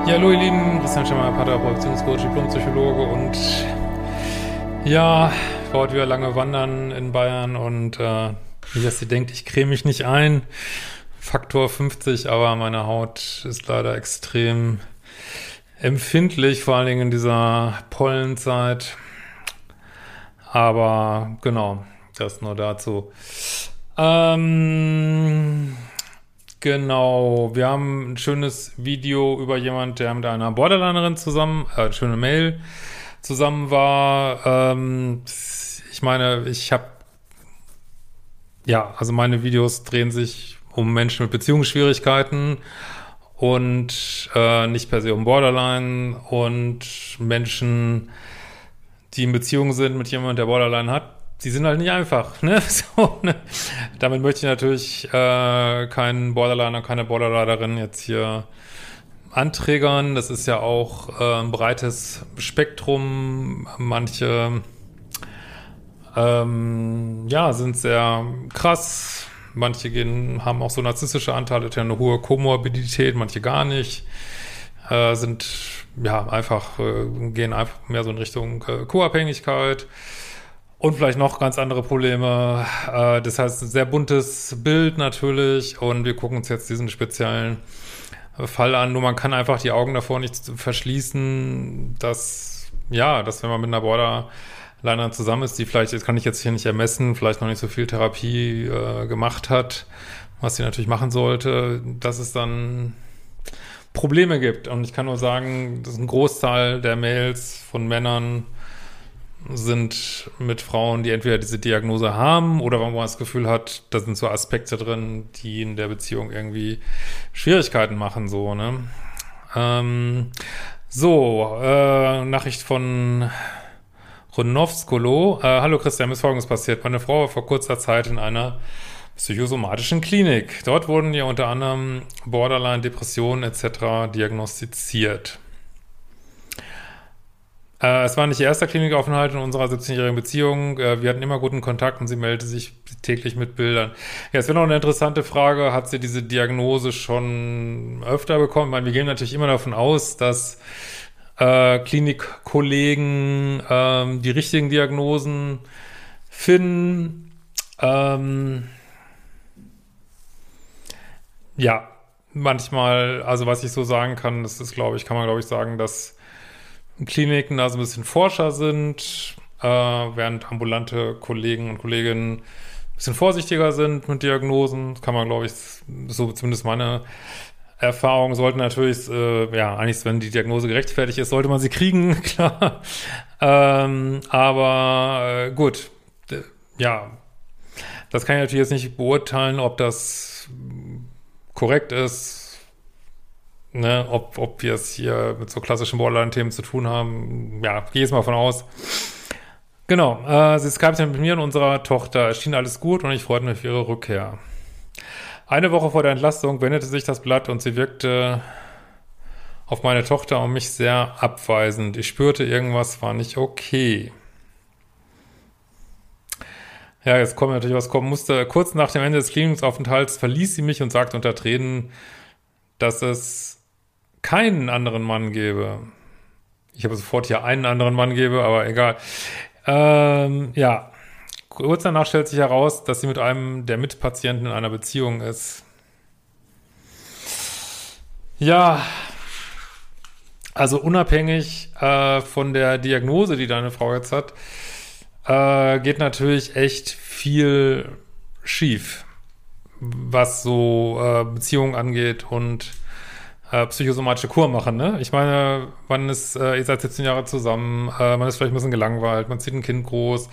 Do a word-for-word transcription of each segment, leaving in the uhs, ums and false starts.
Ja, hallo ihr Lieben, Christian Schemmer, Paartherapeut, Beziehungscoach, Diplompsychologe und ja, ich war heute wieder lange wandern in Bayern und äh, wie das ihr denkt, ich creme mich nicht ein, Faktor fünfzig, aber meine Haut ist leider extrem empfindlich, vor allen Dingen in dieser Pollenzeit, aber genau, das nur dazu. Ähm... Genau, wir haben ein schönes Video über jemand, der mit einer Borderlinerin zusammen, äh, eine schöne Mail zusammen war. Ähm, ich meine, ich habe, ja, also meine Videos drehen sich um Menschen mit Beziehungsschwierigkeiten und äh, nicht per se um Borderline und Menschen, die in Beziehung sind mit jemandem, der Borderline hat. Die sind halt nicht einfach, ne? So, ne? Damit möchte ich natürlich äh, keinen Borderliner, keine Borderlinerin jetzt hier anträgern. Das ist ja auch äh, ein breites Spektrum. Manche ähm, ja, sind sehr krass. Manche gehen, haben auch so narzisstische Anteile, eine hohe Komorbidität, manche gar nicht. Äh, sind ja einfach, äh, gehen einfach mehr so in Richtung äh, Co-Abhängigkeit. Und vielleicht noch ganz andere Probleme. Äh, das heißt, ein sehr buntes Bild natürlich. Und wir gucken uns jetzt diesen speziellen Fall an. Nur man kann einfach die Augen davor nicht verschließen, dass, ja, dass wenn man mit einer Borderliner zusammen ist, die vielleicht, das kann ich jetzt hier nicht ermessen, vielleicht noch nicht so viel Therapie äh, gemacht hat, was sie natürlich machen sollte, dass es dann Probleme gibt. Und ich kann nur sagen, dass ein Großteil der Mails von Männern sind mit Frauen, die entweder diese Diagnose haben oder wo man das Gefühl hat, da sind so Aspekte drin, die in der Beziehung irgendwie Schwierigkeiten machen, so, ne? Ähm, so, äh, Nachricht von Ronowskolo. Äh, hallo Christian, mir ist Folgendes passiert. Meine Frau war vor kurzer Zeit in einer psychosomatischen Klinik. Dort wurden ihr unter anderem Borderline, Depressionen et cetera diagnostiziert. Äh, es war nicht ihr erster Klinikaufenthalt in unserer siebzehnjährigen Beziehung. Äh, wir hatten immer guten Kontakt und sie meldete sich täglich mit Bildern. Ja, es wäre noch eine interessante Frage. Hat sie diese Diagnose schon öfter bekommen? Ich meine, wir gehen natürlich immer davon aus, dass äh, Klinikkollegen ähm, die richtigen Diagnosen finden. Ähm, ja, manchmal, also was ich so sagen kann, das ist, glaube ich, kann man, glaube ich, sagen, dass Kliniken da so ein bisschen forscher sind, äh, während ambulante Kollegen und Kolleginnen ein bisschen vorsichtiger sind mit Diagnosen. Das kann man, glaube ich, so zumindest meine Erfahrung, sollte natürlich, äh, ja, eigentlich, wenn die Diagnose gerechtfertigt ist, sollte man sie kriegen, klar. Ähm, aber äh, gut, D- ja, das kann ich natürlich jetzt nicht beurteilen, ob das korrekt ist. Ne, ob, ob wir es hier mit so klassischen Borderline-Themen zu tun haben, ja, gehe jetzt mal von aus. Genau, äh, sie skypte mit mir und unserer Tochter. Es schien alles gut und ich freute mich für ihre Rückkehr. Eine Woche vor der Entlassung wendete sich das Blatt und sie wirkte auf meine Tochter und mich sehr abweisend. Ich spürte, irgendwas war nicht okay. Ja, jetzt kommt natürlich, was kommen musste. Kurz nach dem Ende des Klinikungsaufenthalts verließ sie mich und sagte unter Tränen, dass es keinen anderen Mann gäbe. Ich habe sofort hier einen anderen Mann gäbe, aber egal. Ähm, ja, kurz danach stellt sich heraus, dass sie mit einem der Mitpatienten in einer Beziehung ist. Ja, also unabhängig äh, von der Diagnose, die deine Frau jetzt hat, äh, geht natürlich echt viel schief, was so äh, Beziehungen angeht und äh, psychosomatische Kur machen, ne? Ich meine, man ist, äh, ihr seid siebzehn Jahre zusammen, äh, man ist vielleicht ein bisschen gelangweilt, man zieht ein Kind groß,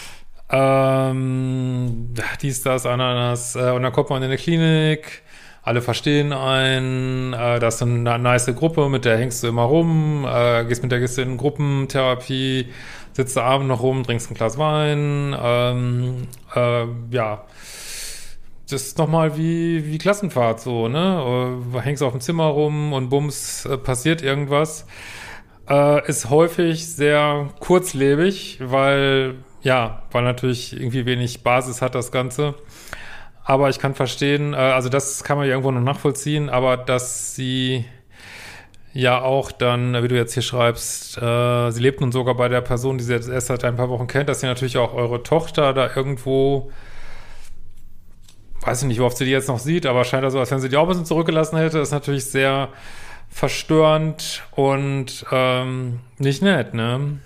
ähm, dies, das, Ananas, äh, und dann kommt man in eine Klinik, alle verstehen einen, äh, das ist eine nice Gruppe, mit der hängst du immer rum, äh, gehst mit der gehst du in Gruppentherapie, sitzt da abends noch rum, trinkst ein Glas Wein, ähm, äh, ja, das ist nochmal wie, wie Klassenfahrt so, ne? Du hängst auf dem Zimmer rum und bums, äh, passiert irgendwas. Äh, ist häufig sehr kurzlebig, weil, ja, weil natürlich irgendwie wenig Basis hat das Ganze. Aber ich kann verstehen, äh, also das kann man ja irgendwo noch nachvollziehen, aber dass sie ja auch dann, wie du jetzt hier schreibst, äh, sie lebt nun sogar bei der Person, die sie jetzt erst seit ein paar Wochen kennt, dass sie natürlich auch eure Tochter da irgendwo, weiß ich nicht, wie oft sie die jetzt noch sieht, aber scheint da so, als wenn sie die auch ein bisschen zurückgelassen hätte, ist natürlich sehr verstörend und ähm, nicht nett, ne?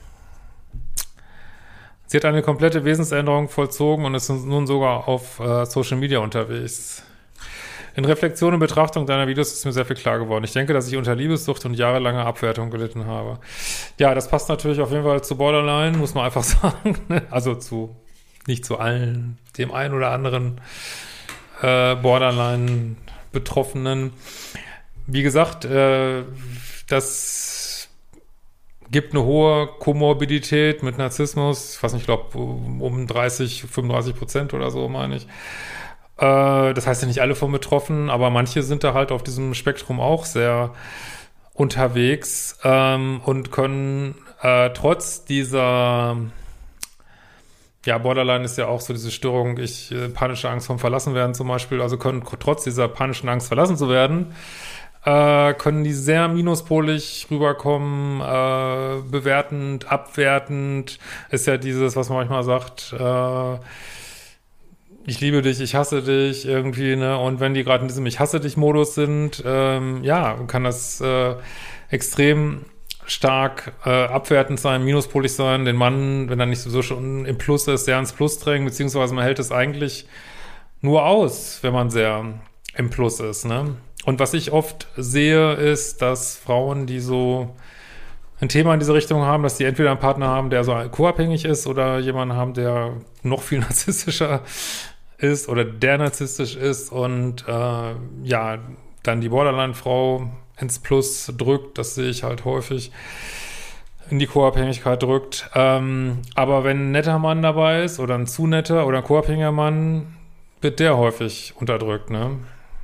Sie hat eine komplette Wesensänderung vollzogen und ist nun sogar auf äh, Social Media unterwegs. In Reflexion und Betrachtung deiner Videos ist mir sehr viel klar geworden. Ich denke, dass ich unter Liebessucht und jahrelanger Abwertung gelitten habe. Ja, das passt natürlich auf jeden Fall zu Borderline, muss man einfach sagen. Also zu, nicht zu allen, dem einen oder anderen äh, Borderline-Betroffenen. Wie gesagt, äh, das gibt eine hohe Komorbidität mit Narzissmus. Ich weiß nicht, ich glaube um dreißig, fünfunddreißig Prozent oder so, meine ich. Das heißt ja nicht alle von betroffen, aber manche sind da halt auf diesem Spektrum auch sehr unterwegs ähm, und können äh, trotz dieser, ja, Borderline ist ja auch so diese Störung, ich äh, panische Angst vom Verlassenwerden zum Beispiel, also können trotz dieser panischen Angst verlassen zu werden, äh, können die sehr minuspolig rüberkommen, äh, bewertend, abwertend, ist ja dieses, was man manchmal sagt, äh, ich liebe dich, ich hasse dich irgendwie, ne? Und wenn die gerade in diesem Ich hasse dich Modus sind, ähm, ja, kann das äh, extrem stark äh, abwertend sein, minuspolig sein, den Mann, wenn er nicht sowieso schon im Plus ist, sehr ins Plus drängen, beziehungsweise man hält es eigentlich nur aus, wenn man sehr im Plus ist, ne? Und was ich oft sehe, ist, dass Frauen, die so ein Thema in diese Richtung haben, dass die entweder einen Partner haben, der so co-abhängig ist oder jemanden haben, der noch viel narzisstischer ist oder der narzisstisch ist und äh, ja, dann die Borderline-Frau ins Plus drückt, das sehe ich halt häufig, in die Co-Abhängigkeit drückt. Ähm, aber wenn ein netter Mann dabei ist oder ein zu netter oder ein co-abhängiger Mann, wird der häufig unterdrückt, ne?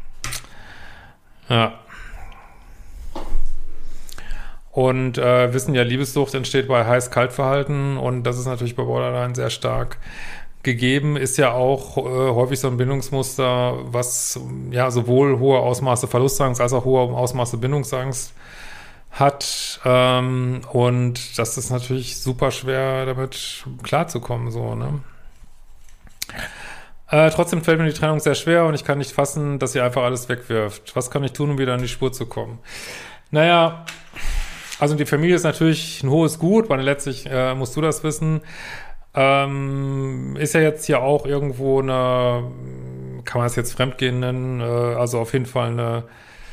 Ja. Und äh, wissen ja, Liebessucht entsteht bei Heiß-Kalt-Verhalten und das ist natürlich bei Borderline sehr stark gegeben, ist ja auch äh, häufig so ein Bindungsmuster, was ja sowohl hohe Ausmaße Verlustangst als auch hohe Ausmaße Bindungsangst hat ähm, und das ist natürlich super schwer, damit klarzukommen, so, ne? Äh, trotzdem fällt mir die Trennung sehr schwer und ich kann nicht fassen, dass sie einfach alles wegwirft. Was kann ich tun, um wieder an die Spur zu kommen? Naja, also die Familie ist natürlich ein hohes Gut, weil letztlich äh, musst du das wissen. Ähm, ist ja jetzt hier auch irgendwo eine, kann man es jetzt Fremdgehen nennen, äh, also auf jeden Fall eine,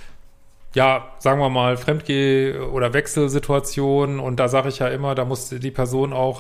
ja, sagen wir mal, Fremdgeh- oder Wechselsituation und da sage ich ja immer, da muss die Person auch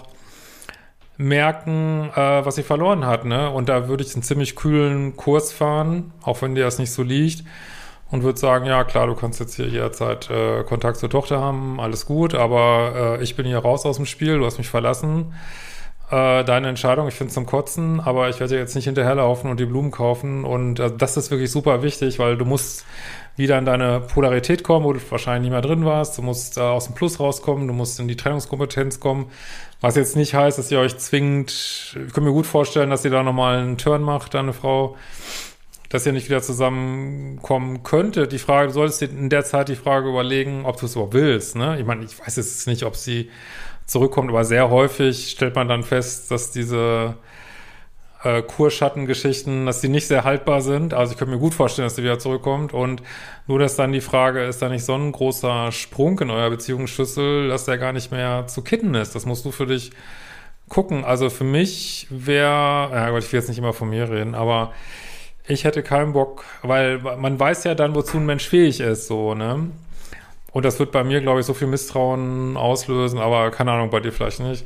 merken, äh, was sie verloren hat, ne? Und da würde ich einen ziemlich kühlen Kurs fahren, auch wenn dir das nicht so liegt. Und würde sagen, ja klar, du kannst jetzt hier jederzeit äh, Kontakt zur Tochter haben, alles gut, aber äh, ich bin hier raus aus dem Spiel, du hast mich verlassen. Äh, deine Entscheidung, ich finde es zum Kotzen, aber ich werde dir jetzt nicht hinterherlaufen und die Blumen kaufen. Und äh, das ist wirklich super wichtig, weil du musst wieder in deine Polarität kommen, wo du wahrscheinlich nicht mehr drin warst. Du musst äh, aus dem Plus rauskommen, du musst in die Trennungskompetenz kommen. Was jetzt nicht heißt, dass ihr euch zwingt, ich kann mir gut vorstellen, dass ihr da nochmal einen Turn macht, deine Frau, dass ihr nicht wieder zusammenkommen könntet. Die Frage, du solltest dir in der Zeit die Frage überlegen, ob du es überhaupt willst, ne? Ich meine, ich weiß jetzt nicht, ob sie zurückkommt, aber sehr häufig stellt man dann fest, dass diese äh, Kurschattengeschichten, dass die nicht sehr haltbar sind. Also ich könnte mir gut vorstellen, dass sie wieder zurückkommt und nur, dass dann die Frage, ist da nicht so ein großer Sprung in eurer Beziehungsschlüssel, dass der gar nicht mehr zu kitten ist. Das musst du für dich gucken. Also für mich wäre, ja Gott, ich will jetzt nicht immer von mir reden, aber ich hätte keinen Bock, weil man weiß ja dann, wozu ein Mensch fähig ist, so, ne? Und das wird bei mir, glaube ich, so viel Misstrauen auslösen, aber keine Ahnung, bei dir vielleicht nicht.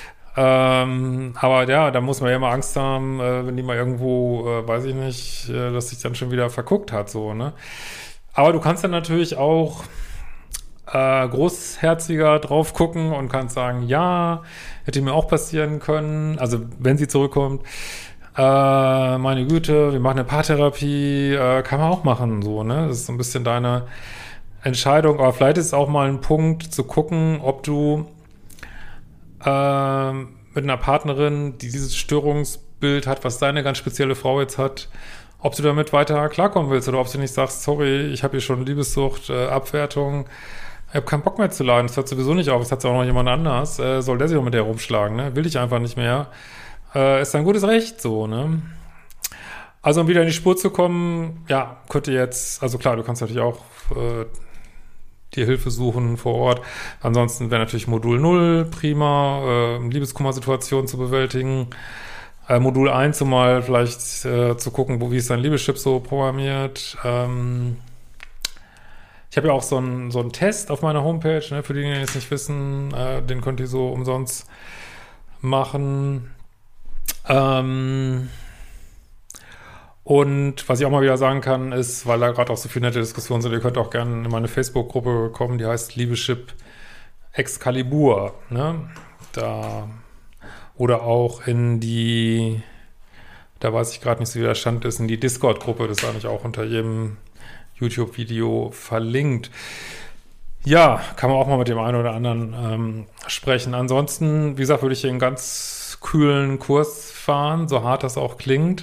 Ähm, aber ja, da muss man ja immer Angst haben, äh, wenn die mal irgendwo, äh, weiß ich nicht, äh, dass sich dann schon wieder verguckt hat, so, ne? Aber du kannst dann natürlich auch äh, großherziger drauf gucken und kannst sagen, ja, hätte mir auch passieren können, also wenn sie zurückkommt, äh, meine Güte, wir machen eine Paartherapie, äh, kann man auch machen, so, ne? Das ist so ein bisschen deine Entscheidung, aber vielleicht ist es auch mal ein Punkt zu gucken, ob du äh, mit einer Partnerin, die dieses Störungsbild hat, was deine ganz spezielle Frau jetzt hat, ob du damit weiter klarkommen willst oder ob du nicht sagst, sorry, ich habe hier schon Liebessucht, äh, Abwertung, Ich habe keinen Bock mehr zu leiden, das hört sowieso nicht auf, es hat auch noch jemand anders, äh, soll der sich auch mit der rumschlagen, ne? Will ich einfach nicht mehr. Äh, ist ein gutes Recht, so, ne? Also, um wieder in die Spur zu kommen, ja, könnte jetzt, also klar, du kannst natürlich auch äh, dir Hilfe suchen vor Ort. Ansonsten wäre natürlich Modul null prima, äh, Liebeskummersituation zu bewältigen. Äh, Modul eins, um mal vielleicht äh, zu gucken, wo, wie ist dein Liebeschip so programmiert. Ähm, ich habe ja auch so einen so einen Test auf meiner Homepage, ne, für die, die es nicht wissen, äh, den könnt ihr so umsonst machen. Ähm, und was ich auch mal wieder sagen kann, ist, weil da gerade auch so viele nette Diskussionen sind, ihr könnt auch gerne in meine Facebook-Gruppe kommen, die heißt Liebeschip Excalibur, ne? Da, oder auch in die, da weiß ich gerade nicht, so wie der Stand ist, in die Discord-Gruppe, das ist eigentlich auch unter jedem YouTube-Video verlinkt. Ja, kann man auch mal mit dem einen oder anderen ähm, sprechen. Ansonsten, wie gesagt, würde ich hier einen ganz kühlen Kurs fahren, so hart das auch klingt.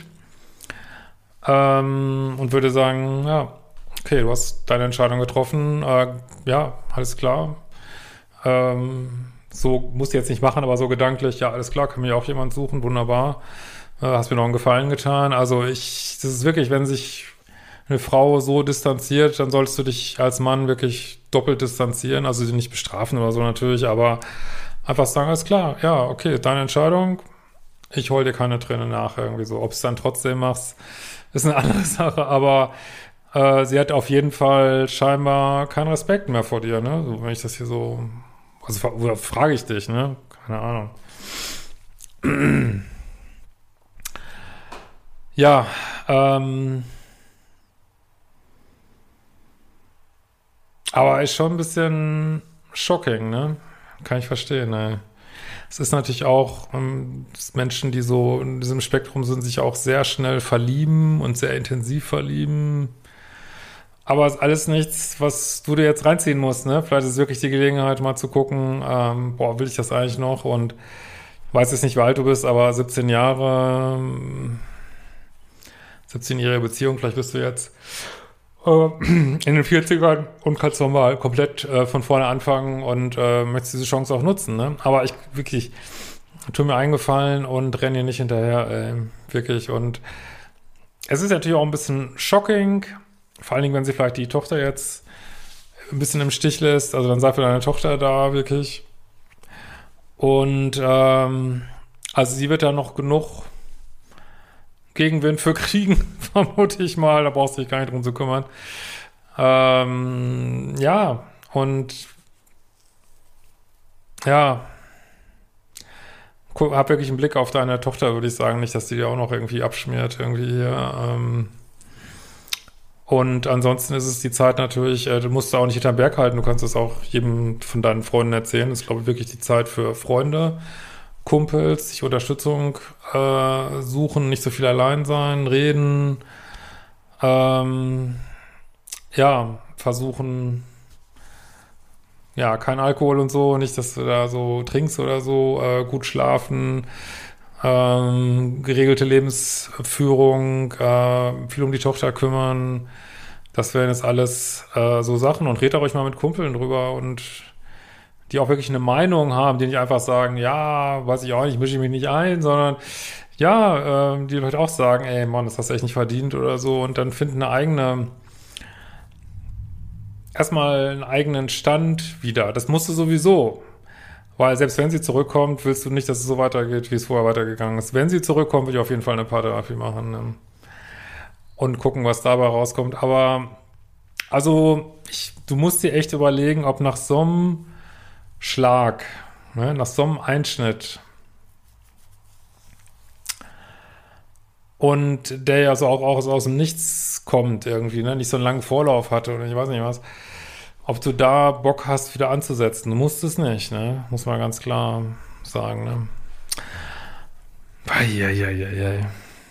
Ähm, und würde sagen, ja, okay, du hast deine Entscheidung getroffen, äh, ja, alles klar. Ähm, so musst du jetzt nicht machen, aber so gedanklich, ja, alles klar, kann mir auch jemand suchen, wunderbar. Äh, hast mir noch einen Gefallen getan. Also ich, das ist wirklich, wenn sich eine Frau so distanziert, dann solltest du dich als Mann wirklich doppelt distanzieren, also sie nicht bestrafen oder so natürlich, aber einfach sagen, alles klar, ja, okay, deine Entscheidung, ich hol dir keine Träne nach, irgendwie so. Ob es dann trotzdem machst, ist eine andere Sache, aber äh, sie hat auf jeden Fall scheinbar keinen Respekt mehr vor dir, ne? So, wenn ich das hier so, also oder frage ich dich, ne? Keine Ahnung. Ja, ähm, aber ist schon ein bisschen shocking, ne? Kann ich verstehen, ey. Es ist natürlich auch, ähm, dass Menschen, die so in diesem Spektrum sind, sich auch sehr schnell verlieben und sehr intensiv verlieben. Aber es ist alles nichts, was du dir jetzt reinziehen musst, ne? Vielleicht ist es wirklich die Gelegenheit, mal zu gucken, ähm, boah, will ich das eigentlich noch? Und weiß jetzt nicht, wie alt du bist, aber siebzehn Jahre, siebzehnjährige Beziehung, vielleicht bist du jetzt in den vierzigern und kannst nochmal komplett äh, von vorne anfangen und äh, möchtest diese Chance auch nutzen, ne? Aber ich wirklich, tu mir eingefallen und renn dir nicht hinterher, ey, wirklich. Und es ist natürlich auch ein bisschen shocking, vor allen Dingen, wenn sie vielleicht die Tochter jetzt ein bisschen im Stich lässt, also dann sei für deine Tochter da, wirklich. Und ähm, also sie wird da noch genug Gegenwind für kriegen, vermute ich mal. Da brauchst du dich gar nicht drum zu kümmern. Ähm, ja, und ja, hab wirklich einen Blick auf deine Tochter, würde ich sagen. Nicht, dass die dir auch noch irgendwie abschmiert, irgendwie hier. Ähm, und ansonsten ist es die Zeit natürlich, äh, du musst da auch nicht hinterm Berg halten. Du kannst es auch jedem von deinen Freunden erzählen. Das ist, glaube ich, wirklich die Zeit für Freunde, Kumpels, sich Unterstützung äh, suchen, nicht so viel allein sein, reden, ähm, ja, versuchen, ja, kein Alkohol und so, nicht, dass du da so trinkst oder so, äh, gut schlafen, ähm, geregelte Lebensführung, äh, viel um die Tochter kümmern, das wären jetzt alles äh, so Sachen und redet auch ruhig mal mit Kumpeln drüber und die auch wirklich eine Meinung haben, die nicht einfach sagen, ja, weiß ich auch nicht, mische ich mich nicht ein, sondern ja, ähm, die vielleicht auch sagen, ey, Mann, das hast du echt nicht verdient oder so und dann finden eine eigene, erstmal einen eigenen Stand wieder. Das musst du sowieso, weil selbst wenn sie zurückkommt, willst du nicht, dass es so weitergeht, wie es vorher weitergegangen ist. Wenn sie zurückkommt, will ich auf jeden Fall eine Paartherapie machen, ne? Und gucken, was dabei rauskommt. Aber, also, ich, du musst dir echt überlegen, ob nach so einem Schlag, ne, nach so einem Einschnitt und der ja so auch, auch aus dem Nichts kommt irgendwie, ne, nicht so einen langen Vorlauf hatte oder ich weiß nicht was, ob du da Bock hast, wieder anzusetzen. Du musst es nicht, ne, muss man ganz klar sagen, ne. Eieieiei.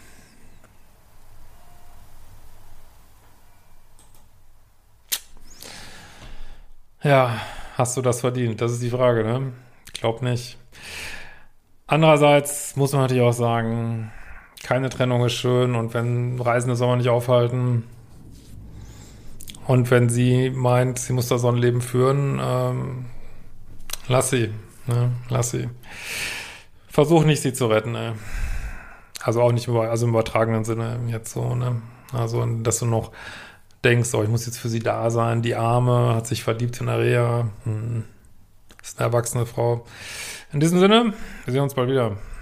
Ja, hast du das verdient? Das ist die Frage, ne? Ich glaube nicht. Andererseits muss man natürlich auch sagen, keine Trennung ist schön und wenn Reisende soll man nicht aufhalten Und wenn sie meint, sie muss da so ein Leben führen, ähm, lass sie, ne? Lass sie. Versuch nicht, sie zu retten, ey. Also auch nicht über, also im übertragenen Sinne jetzt so, ne? Also, dass du noch denkst, oh, ich muss jetzt für sie da sein, die Arme, hat sich verliebt in der Reha, hm, ist eine erwachsene Frau. In diesem Sinne, wir sehen uns bald wieder.